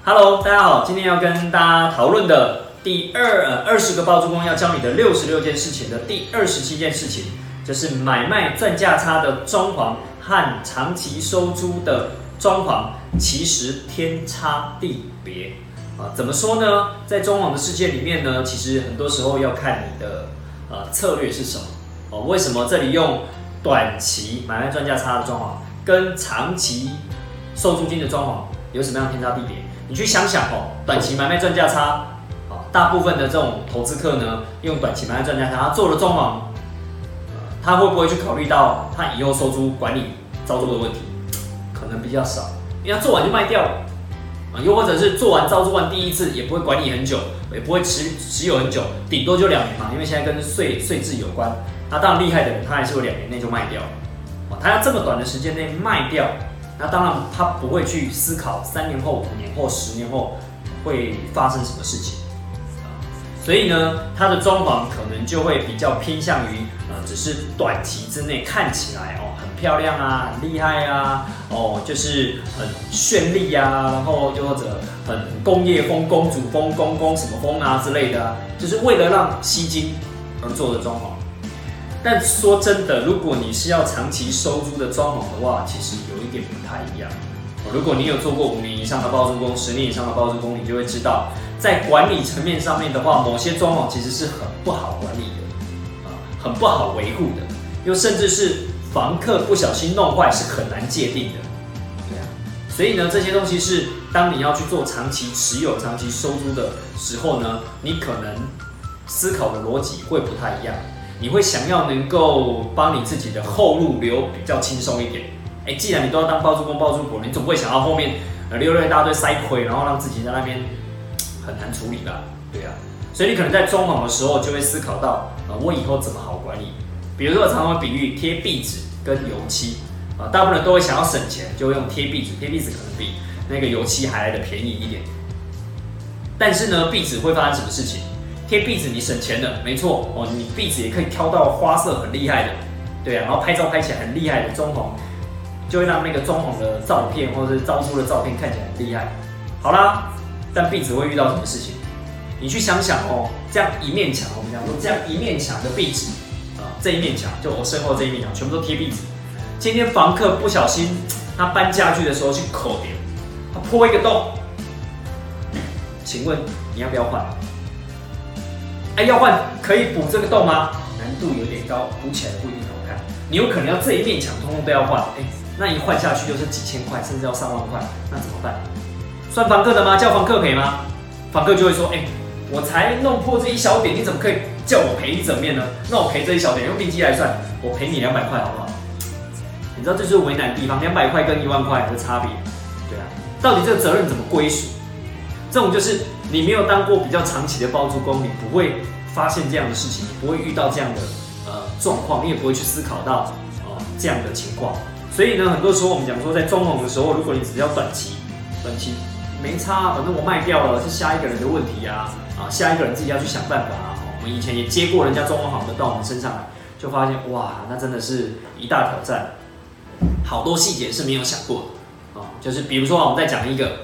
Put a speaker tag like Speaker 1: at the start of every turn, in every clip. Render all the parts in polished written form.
Speaker 1: Hello， 大家好，今天要跟大家讨论的20个包租公要教你的66件事情的第27件事情，就是买卖赚价差的装潢和长期收租的装潢其实天差地别啊。怎么说呢？在装潢的世界里面呢，其实很多时候要看你的策略是什么哦。为什么这里用短期买卖赚价差的装潢跟长期收租金的装潢有什么样的天差地别？你去想想哦，短期买卖赚价差，大部分的这种投资客呢，用短期买卖赚价差，他做了装潢，他会不会去考虑到他以后收租管理招租的问题？可能比较少，因为他做完就卖掉了，又或者是做完招租完第一次也不会管理很久，也不会持有很久，顶多就2年嘛，因为现在跟税制有关。那当然厉害的人，他还是会2年内就卖掉，他要这么短的时间内卖掉。那当然，他不会去思考3年后、5年后、10年后会发生什么事情，所以呢，他的装潢可能就会比较偏向于只是短期之内看起来很漂亮啊、很厉害啊，就是很绚丽啊，然后又或者很工业风、公主风、公什么风啊之类的啊，就是为了让吸睛而做的装潢。但说真的，如果你是要长期收租的装潢的话，其实有一点不太一样。如果你有做过5年以上的包租公、10年以上的包租公，你就会知道，在管理层面上面的话，某些装潢其实是很不好管理的，很不好维护的，又甚至是房客不小心弄坏是很难界定的。对啊，所以呢，这些东西是当你要去做长期持有、长期收租的时候呢，你可能思考的逻辑会不太一样。你会想要能够帮你自己的后路留比较轻松一点。既然你都要当包租公、包租婆，你总不会想要后面留了一大堆塞亏，然后让自己在那边很难处理吧？对啊，所以你可能在装潢的时候就会思考到，我以后怎么好管理？比如说，我常常会比喻贴壁纸跟油漆，大部分人都会想要省钱，就会用贴壁纸，贴壁纸可能比那个油漆还来的便宜一点。但是呢，壁纸会发生什么事情？贴壁纸你省钱了，没错哦，你壁纸也可以挑到花色很厉害的，对啊，然后拍照拍起来很厉害的装潢，就会让那个装潢的照片或者是招租的照片看起来很厉害。好啦，但壁纸会遇到什么事情？你去想想哦，这样一面墙，我们讲说这样一面墙的壁纸这一面墙就我身后这一面墙全部都贴壁纸。今天房客不小心他搬家具的时候去口点，他破一个洞，请问你要不要换？要换可以补这个洞吗？难度有点高，补起来不一定好看。你有可能要这一面墙通通都要换，那一换下去就是几千块，甚至要上万块，那怎么办？算房客的吗？叫房客赔吗？房客就会说，我才弄破这一小点，你怎么可以叫我赔一整面呢？那我赔这一小点，用地基来算，我赔你200块好不好？你知道这就是为难的地方，200块跟1万块的差别，对啊，到底这个责任怎么归属？这种就是你没有当过比较长期的包租公，你不会发现这样的事情，你不会遇到这样的状况，你也不会去思考到这样的情况。所以呢，很多时候我们讲说，在装潢的时候，如果你只要短期没差，反正我卖掉了是下一个人的问题啊，下一个人自己要去想办法啊。我们以前也接过人家装潢好的到我们身上来，就发现哇，那真的是一大挑战，好多细节是没有想过的就是比如说我们再讲一个。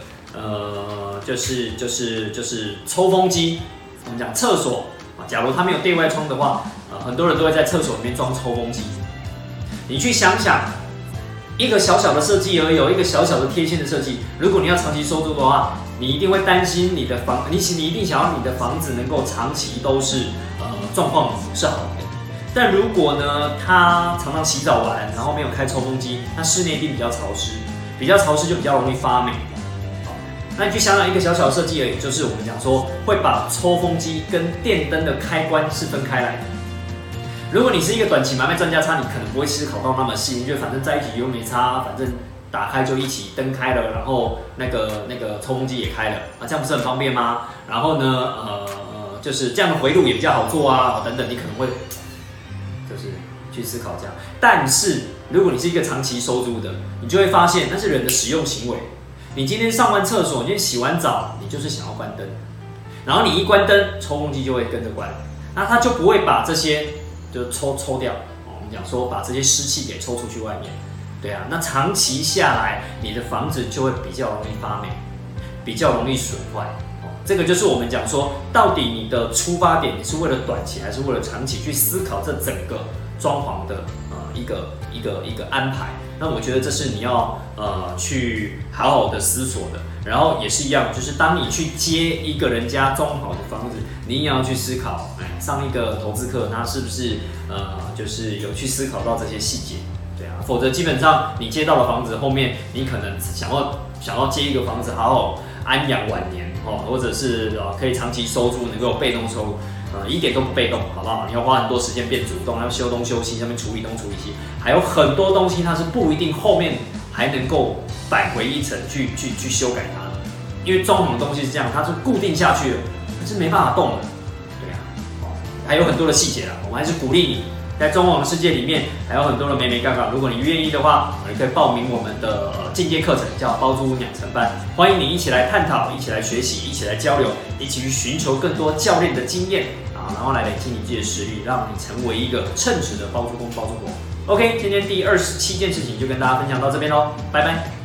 Speaker 1: 就是抽风机，我们讲厕所假如它没有对外窗的话，很多人都会在厕所里面装抽风机。你去想想，一个小小的设计而有一个小小的贴线的设计，如果你要长期收租的话，你一定会担心你的你一定想要你的房子能够长期都是状况是好的。但如果呢，它常常洗澡完，然后没有开抽风机，它室内一定比较潮湿，比较潮湿就比较容易发霉。那你去想想一个小小的设计而已，就是我们讲说会把抽风机跟电灯的开关是分开来的。如果你是一个短期买卖赚价差，你可能不会思考到那么细，你觉得反正在一起又没差，反正打开就一起灯开了，然后那个抽风机也开了这样不是很方便吗？然后呢，就是这样的回路也比较好做啊，等等，你可能会就是去思考这样。但是如果你是一个长期收租的，你就会发现那是人的使用行为。你今天上完厕所，你今天洗完澡，你就是想要关灯，然后你一关灯，抽风机就会跟着关，那它就不会把这些就抽掉。我们讲说把这些湿气给抽出去外面，对啊，那长期下来，你的房子就会比较容易发霉。 比较容易损坏。这个就是我们讲说，到底你的出发点，你是为了短期还是为了长期去思考这整个装潢的一个安排。那我觉得这是你要去好好的思索的。然后也是一样，就是当你去接一个人家装好的房子，你也要去思考，上一个投资客他是不是就是有去思考到这些细节，对啊，否则基本上你接到了房子，后面你可能想要接一个房子，好好安养晚年或者是可以长期收租，能够有被动收入。一点都不被动，好不好？你要花很多时间变主动，要修东修西，上面处理东处理西，还有很多东西它是不一定后面还能够返回一层去修改它的，因为装潢的东西是这样，它是固定下去了，它是没办法动的，对啊，还有很多的细节啦，我们还是鼓励你在装潢的世界里面还有很多的眉眉角角，如果你愿意的话，你可以报名我们的进阶课程，叫包租屋养成班，欢迎你一起来探讨，一起来学习，一起来交流，一起去寻求更多教练的经验然后来累积你自己的实力，让你成为一个称职的包租公包租婆。OK， 今天第27件事情就跟大家分享到这边喽，拜拜。